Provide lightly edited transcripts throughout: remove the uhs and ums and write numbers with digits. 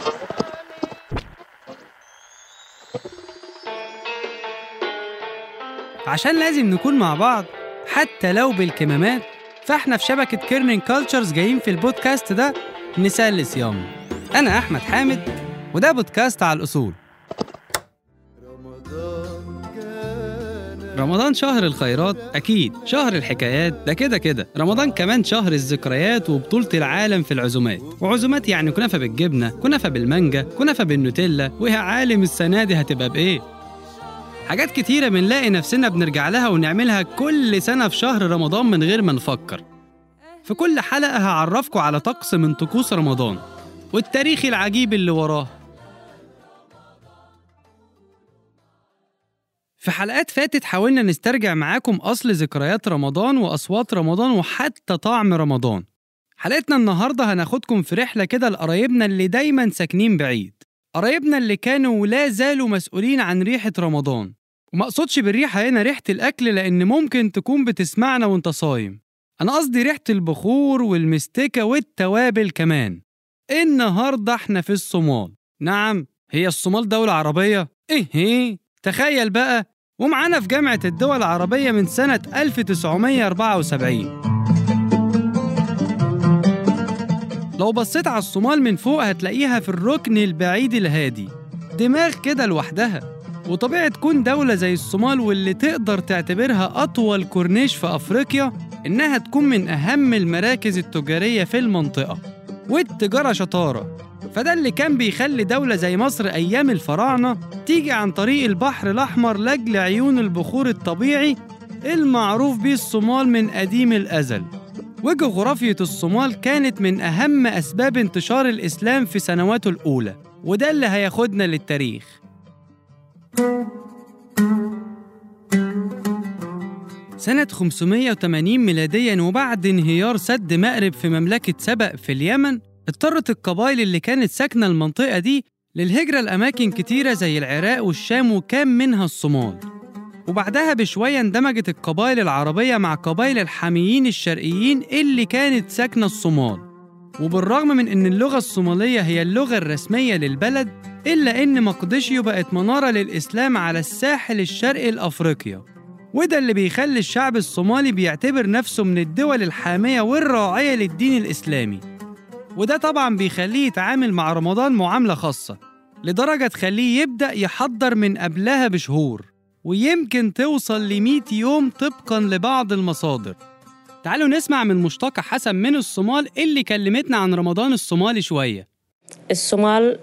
عشان لازم نكون مع بعض حتى لو بالكمامات، فاحنا في شبكة كيرنينج كالتشرز جايين في البودكاست ده نسلي صيامنا. أنا أحمد حامد وده بودكاست على الأصول. رمضان شهر الخيرات أكيد، شهر الحكايات ده كده. رمضان كمان شهر الذكريات وبطولة العالم في العزومات، وعزومات يعني كنافة بالجبنة، كنافة بالمانجا، كنافة بالنوتيلا، ويا عالم السنة دي هتبقى بإيه؟ حاجات كتيرة بنلاقي نفسنا بنرجع لها ونعملها كل سنة في شهر رمضان من غير ما نفكر. في كل حلقة هعرفكم على طقس من طقوس رمضان والتاريخ العجيب اللي وراه. في حلقات فاتت حاولنا نسترجع معاكم أصل ذكريات رمضان وأصوات رمضان وحتى طعم رمضان. حلقتنا النهاردة هناخدكم في رحلة كده لقرايبنا اللي دايما ساكنين بعيد، قرايبنا اللي كانوا ولا زالوا مسؤولين عن ريحة رمضان. وما أقصدش بالريحة هنا ريحة الأكل، لأن ممكن تكون بتسمعنا وانت صايم. أنا قصدي ريحة البخور والمستكة والتوابل كمان. النهاردة احنا في الصومال. نعم، هي الصومال دولة عربية؟ إيه؟ تخيل بقى، ومعانا في جامعة الدول العربية من سنة 1974. لو بصيت على الصومال من فوق هتلاقيها في الركن البعيد الهادي، دماغ كده لوحدها. وطبيعي تكون دولة زي الصومال واللي تقدر تعتبرها أطول كورنيش في أفريقيا إنها تكون من أهم المراكز التجارية في المنطقة، والتجارة شطارة. فده اللي كان بيخلي دولة زي مصر أيام الفراعنة تيجي عن طريق البحر الأحمر لأجل عيون البخور الطبيعي المعروف بيه الصومال من قديم الأزل. وجغرافية الصومال كانت من أهم أسباب انتشار الإسلام في سنواته الأولى، وده اللي هياخدنا للتاريخ. سنة 580 ميلادياً، وبعد انهيار سد مأرب في مملكة سبأ في اليمن، اضطرت القبائل اللي كانت ساكنة المنطقة دي للهجرة لأماكن كتيرة زي العراق والشام، وكان منها الصومال. وبعدها بشوية اندمجت القبائل العربية مع قبائل الحاميين الشرقيين اللي كانت ساكنة الصومال. وبالرغم من إن اللغة الصومالية هي اللغة الرسمية للبلد، إلا إن مقدشيو بقت منارة للإسلام على الساحل الشرقي لأفريقيا. وده اللي بيخلي الشعب الصومالي بيعتبر نفسه من الدول الحامية والراعية للدين الإسلامي. وده طبعاً بيخليه يتعامل مع رمضان معاملة خاصة، لدرجة تخليه يبدأ يحضر من قبلها بشهور، ويمكن توصل ل100 يوم طبقاً لبعض المصادر. تعالوا نسمع من مشتاقة حسن من الصومال اللي كلمتنا عن رمضان الصومالي شوية. الصومال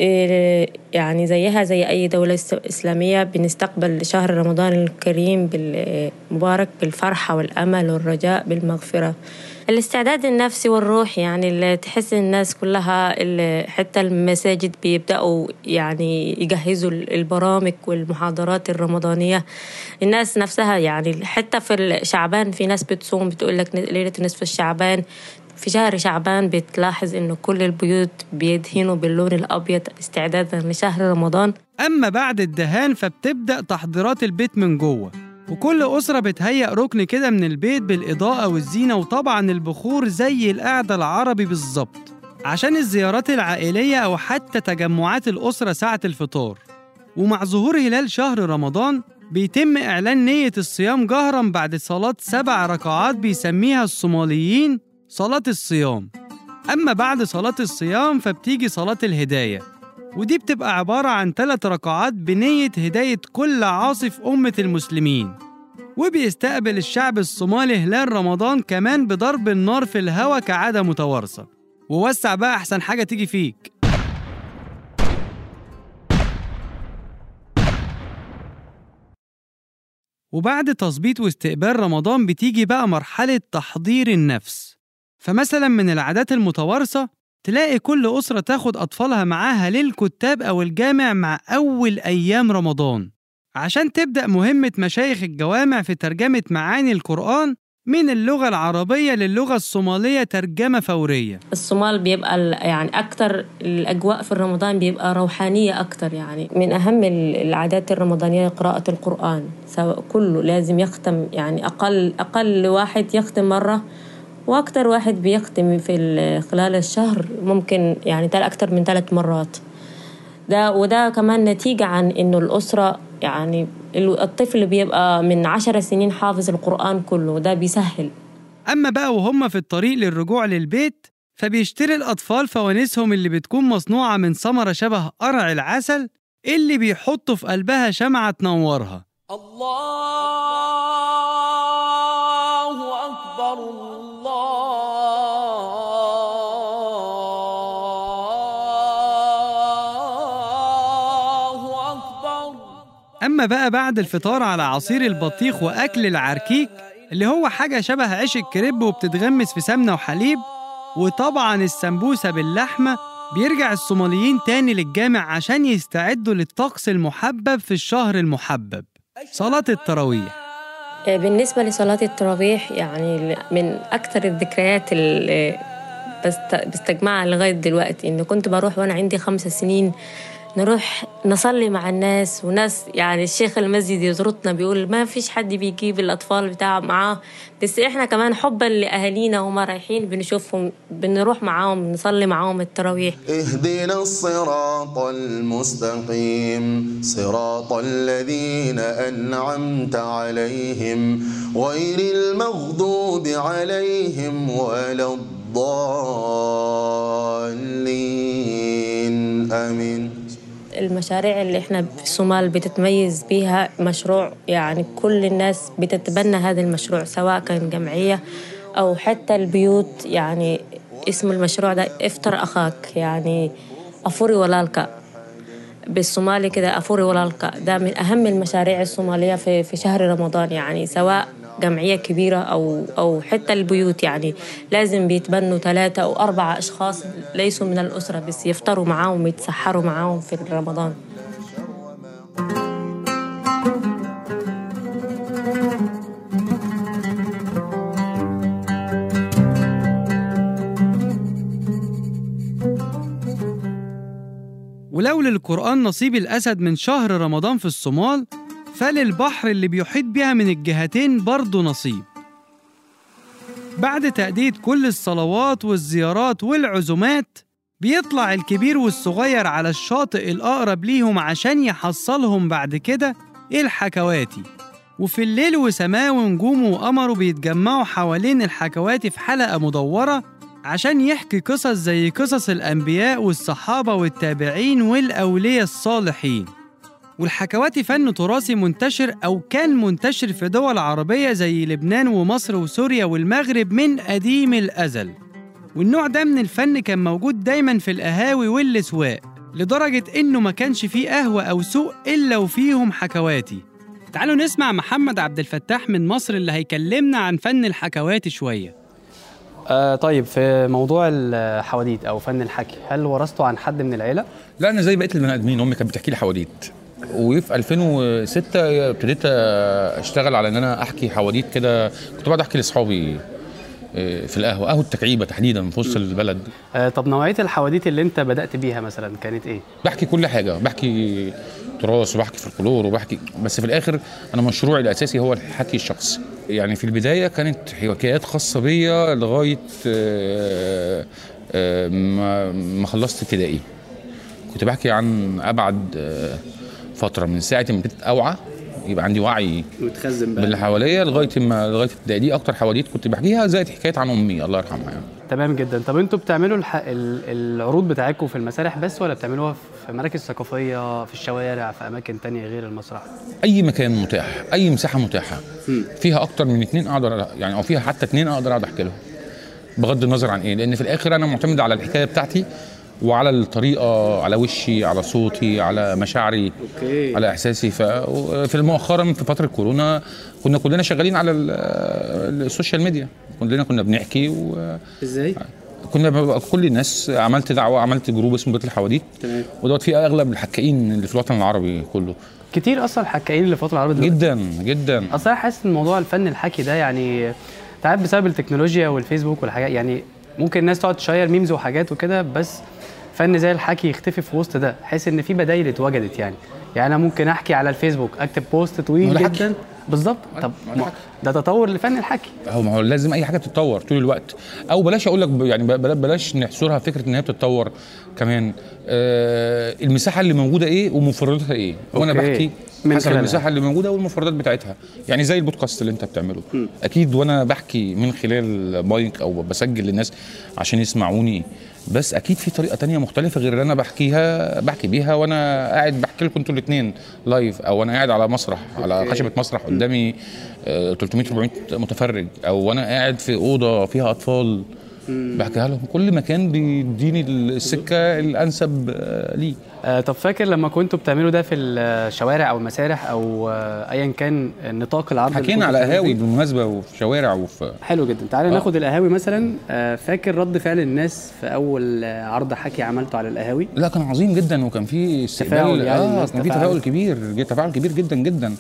يعني زيها زي أي دولة إسلامية بنستقبل شهر رمضان الكريم بالمبارك بالفرحة والأمل والرجاء بالمغفرة. الاستعداد النفسي والروحي، يعني اللي تحس الناس كلها، حتى المساجد بيبدأوا يعني يجهزوا البرامج والمحاضرات الرمضانية. الناس نفسها يعني حتى في الشعبان في ناس بتصوم، بتقول لك ليلة نصف الشعبان. في شهر شعبان بتلاحظ إنه كل البيوت بيدهنوا باللون الأبيض استعدادا لشهر رمضان. أما بعد الدهان فبتبدأ تحضيرات البيت من جوه، وكل أسرة بتهيأ ركن كده من البيت بالإضاءة والزينة، وطبعاً البخور زي القعدة العربي بالظبط عشان الزيارات العائلية أو حتى تجمعات الأسرة ساعة الفطار. ومع ظهور هلال شهر رمضان بيتم إعلان نية الصيام جهراً بعد صلاة 7 ركعات بيسميها الصوماليين صلاة الصيام. أما بعد صلاة الصيام فبتيجي صلاة الهداية، ودي بتبقى عبارة عن 3 ركعات بنية هداية كل عاصي في أمة المسلمين. وبيستقبل الشعب الصومالي هلال رمضان كمان بضرب النار في الهوا كعادة متوارثة. ووسع بقى أحسن حاجة تيجي فيك. وبعد تظبيط واستقبال رمضان بتيجي بقى مرحلة تحضير النفس. فمثلا من العادات المتوارثة تلاقي كل أسرة تاخد أطفالها معاها للكتاب أو الجامع مع أول أيام رمضان، عشان تبدأ مهمة مشايخ الجوامع في ترجمة معاني القرآن من اللغة العربية للغة الصومالية ترجمة فورية. الصومال بيبقى يعني أكتر الأجواء في رمضان بيبقى روحانية أكتر. يعني من أهم العادات الرمضانية قراءة القرآن، سواء كله لازم يختم، يعني أقل واحد يختم مرة وأكتر واحد بيختم في خلال الشهر ممكن يعني أكتر من 3 مرات. وده كمان نتيجة عن إنه الأسرة يعني الطفل بيبقى من 10 سنين حافظ القرآن كله، وده بيسهل. أما بقى وهم في الطريق للرجوع للبيت، فبيشتري الأطفال فوانيسهم اللي بتكون مصنوعة من ثمرة شبه قرع العسل اللي بيحطوا في قلبها شمعة تنورها. الله أكبر الله أكبر. أما بقى بعد الفطار على عصير البطيخ وأكل العركيك اللي هو حاجة شبه عيش الكريب وبتتغمس في سمنة وحليب، وطبعاً السمبوسة باللحمة، بيرجع الصوماليين تاني للجامع عشان يستعدوا للطقس المحبب في الشهر المحبب، صلاة التراويح. بالنسبة لصلاة التراويح يعني من أكثر الذكريات اللي بستجمعها لغاية دلوقتي، إنه كنت بروح وأنا عندي 5 سنين نروح نصلي مع الناس، وناس يعني الشيخ المسجد يزرطنا بيقول ما فيش حد بيجيب الأطفال بتاعه معاه، بس إحنا كمان حبا لأهالينا وما رايحين بنشوفهم بنروح معاهم نصلي معاهم التراويح. اهدنا الصراط المستقيم صراط الذين أنعمت عليهم غير المغضوب عليهم ولا الضالين آمين. المشاريع اللي احنا في الصومال بتتميز بيها مشروع يعني كل الناس بتتبنى هذا المشروع، سواء كان جمعية أو حتى البيوت. يعني اسم المشروع ده افطر أخاك، يعني أفوري ولالك بالصومالي كده. أفوري ولالك ده من أهم المشاريع الصومالية في شهر رمضان، يعني سواء جمعية كبيرة أو حتى البيوت، يعني لازم بيتبنوا 3 أو 4 أشخاص ليسوا من الأسرة بس يفطروا معاهم ويتسحروا معاهم في رمضان. ولو للقرآن نصيب الأسد من شهر رمضان في الصومال، فللبحر اللي بيحيط بها من الجهتين برضه نصيب. بعد تأدية كل الصلوات والزيارات والعزومات، بيطلع الكبير والصغير على الشاطئ الأقرب ليهم عشان يحصلهم بعد كده الحكواتي. وفي الليل وسماه ونجومه وقمره بيتجمعوا حوالين الحكواتي في حلقة مدورة عشان يحكي قصص زي قصص الأنبياء والصحابة والتابعين والأولياء الصالحين. والحكواتي فن تراثي منتشر أو كان منتشر في دول عربية زي لبنان ومصر وسوريا والمغرب من قديم الأزل. والنوع ده من الفن كان موجود دايماً في القهاوي والأسواق، لدرجة إنه ما كانش فيه قهوة أو سوق إلا وفيهم حكواتي. تعالوا نسمع محمد عبد الفتاح من مصر اللي هيكلمنا عن فن الحكواتي شوية. طيب، في موضوع الحواديت أو فن الحكي، هل ورثته عن حد من العيلة؟ لا، أنا زي بقية البني آدمين، أمي كانت بتحكي لي حواديت، وفي 2006 ابتديت أشتغل على إن أنا أحكي حواديت كده. كنت بقعد أحكي لأصحابي في قهوة التكعيبة تحديدا في وسط البلد. طب نوعية الحواديت اللي أنت بدأت بيها مثلا كانت إيه؟ بحكي كل حاجة، بحكي تراث وبحكي فولكلور وبحكي، بس في الآخر أنا مشروعي الأساسي هو الحكي الشخصي. يعني في البداية كانت حكايات خاصة بيا لغاية ما خلصت ابتدائي. كنت بحكي عن أبعد فترة من ساعة ما ابتديت أوعى يبقى عندي وعي متخزن بقى باللي حواليا لغاية ابتدائي. دي أكتر حواديت كنت بحكيها، زائد حكايات عن أمي الله يرحمها يعني. تمام جدا. طب انتوا بتعملوا العروض بتاعتكم في المسارح بس، ولا بتعملوها في مراكز ثقافية، في الشوارع، في أماكن تانية غير المسرح؟ أي مكان متاح، أي مساحة متاحة فيها أكتر من 2 أقدر يعني، أو فيها حتى 2 أقدر أقعد أحكي لهم، بغض النظر عن إيه، لأن في الآخر أنا معتمد على الحكاية بتاعتي وعلى الطريقة، على وشي، على صوتي، على مشاعري، على إحساسي. في المؤخرا في فترة كورونا كنا كلنا شغالين على السوشيال ميديا، كنا بنحكي إزاي؟ كنا كل الناس، عملت دعوة، عملت جروب اسمه بيت الحواديت، ودوت فيه أغلب الحكائين اللي في الوطن العربي كله. كتير أصلا الحكائين اللي في الوطن العربي دلوقتي جدا جدا. أصلا حاسس إن موضوع الفن الحكي ده يعني تعب بسبب التكنولوجيا والفيسبوك والحاجات، يعني ممكن الناس تقعد تشير ميمز وحاجات وكده، بس فن زي الحكي يختفي في وسط ده. حاسس ان في بدايل اتوجدت يعني انا ممكن احكي على الفيسبوك، اكتب بوست طويل جدا بالظبط. طب ده تطور لفن الحكي. ما هو لازم اي حاجه تتطور طول الوقت، او بلاش اقول لك يعني بلاش نحصرها فكره ان هي بتتطور كمان. المساحه اللي موجوده ايه ومفرداتها ايه، وانا بحكي حسب المساحه اللي موجوده والمفردات بتاعتها. يعني زي البودكاست اللي انت بتعمله اكيد، وانا بحكي من خلال مايك او بسجل للناس عشان يسمعوني، بس اكيد في طريقه تانية مختلفه غير اللي انا بحكي بيها وانا قاعد بحكي لكم انتوا الاثنين لايف، او انا قاعد على مسرح، على خشبه مسرح قدامي 300 400 متفرج، او وانا قاعد في اوضه فيها اطفال بحكيها لهم. كل مكان بيديني السكه الانسب ليه. طب فاكر لما كنتوا بتعملوا ده في الشوارع او المسارح او ايا كان نطاق العرض؟ حكينا على قهاوي بالمناسبه وفي شوارع وفي حلو جدا. تعالى ناخد القهاوي مثلا. فاكر رد فعل الناس في اول عرض حكي عملته على القهاوي؟ لا كان عظيم جدا، وكان في استقبال يعني كان في تفاعل كبير، تفاعل كبير جدا جدا.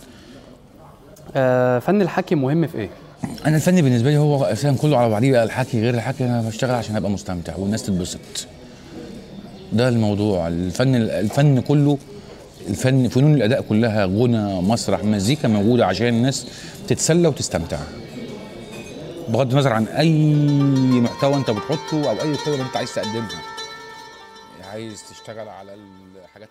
فن الحكي مهم في ايه؟ انا الفن بالنسبه لي هو اساسا كله على بعضيه بقى. الحكي غير الحكي، انا بشتغل عشان ابقى مستمتع والناس تتبسط، ده الموضوع. الفن كله، الفن فنون الاداء كلها، غنى، مسرح، مزيكا، موجوده عشان الناس تتسلى وتستمتع بغض النظر عن اي محتوى انت بتحطه او اي خبره انت عايز تقدمها. عايز تشتغل على الحاجات.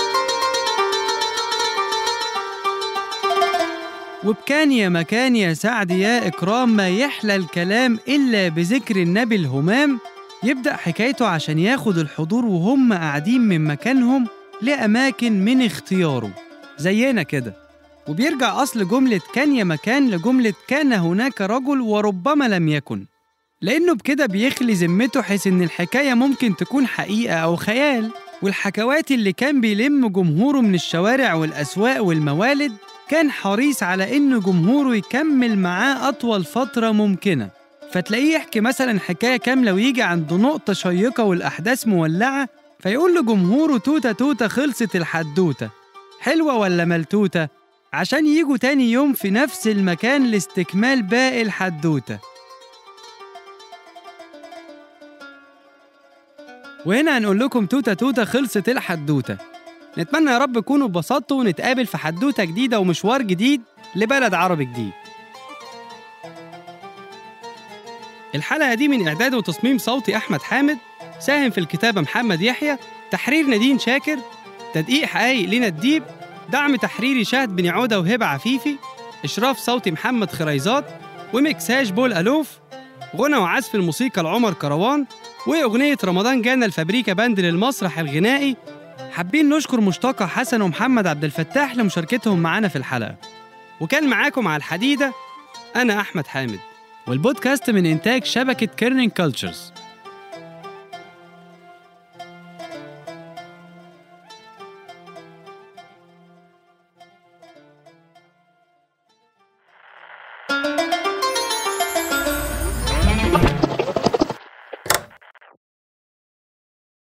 وبكان يا مكان يا سعد يا إكرام، ما يحلى الكلام إلا بذكر النبي الهمام. يبدأ حكايته عشان ياخد الحضور وهم قاعدين من مكانهم لأماكن من اختياره زينا كده، وبيرجع أصل جملة كان يا مكان لجملة كان هناك رجل وربما لم يكن، لأنه بكده بيخلي ذمته حيث إن الحكاية ممكن تكون حقيقة أو خيال. والحكوات اللي كان بيلم جمهوره من الشوارع والأسواق والموالد كان حريص على إنه جمهوره يكمل معاه أطول فترة ممكنة. فتلاقيه يحكي مثلا حكاية كاملة ويجي عند نقطة شيقة والأحداث مولعة فيقول لجمهوره توتة توتة خلصت الحدوتة، حلوة ولا ملتوتة، عشان ييجوا تاني يوم في نفس المكان لاستكمال باقي الحدوتة. وهنا هنقول لكم توتة توتة خلصت الحدوتة. نتمنى يا رب تكونوا اتبسطتوا، ونتقابل في حدوتة جديدة ومشوار جديد لبلد عربي جديد. الحلقة دي من إعداد وتصميم صوتي أحمد حامد، ساهم في الكتابة محمد يحيى، تحرير نادين شاكر، تدقيق حقايق لينا الديب، دعم تحريري شاهد بن عودة وهبة عفيفي، إشراف صوتي محمد خريزات، ومكساج بول ألوف، غنى وعزف الموسيقى العمر كروان، وأغنية رمضان جانا الفابريكا باند للمسرح الغنائي. حابين نشكر مشتاقة حسن ومحمد عبد الفتاح لمشاركتهم معانا في الحلقة. وكان معاكم على الحديدة أنا أحمد حامد، والبودكاست من إنتاج شبكة كيرنينج كولتشرز.